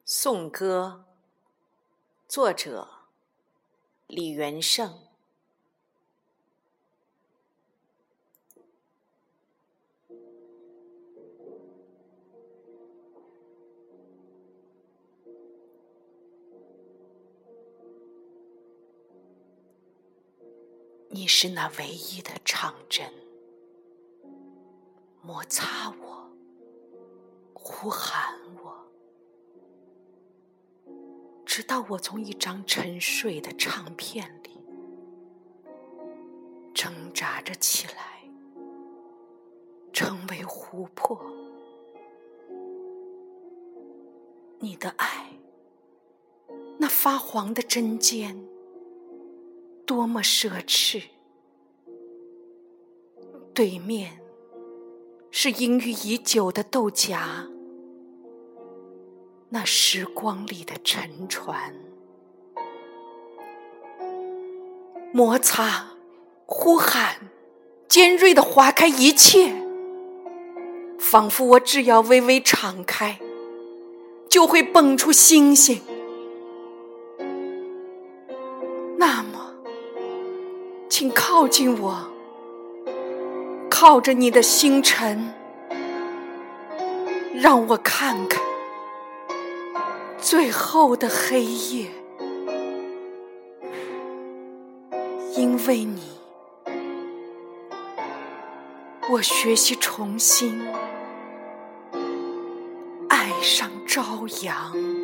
颂歌，作者李元胜。你是那唯一的唱针，摩擦我，呼喊我，直到我从一张沉睡的唱片里挣扎着起来，成为琥珀。你的爱，那发黄的针尖，多么奢侈。对面是阴郁已久的豆荚，那时光里的沉船。摩擦，呼喊，尖锐地划开一切，仿佛我只要微微敞开，就会蹦出星星。那么，请靠近我，靠着你的星辰，让我看看最后的黑夜。因为你，我学习重新爱上朝阳。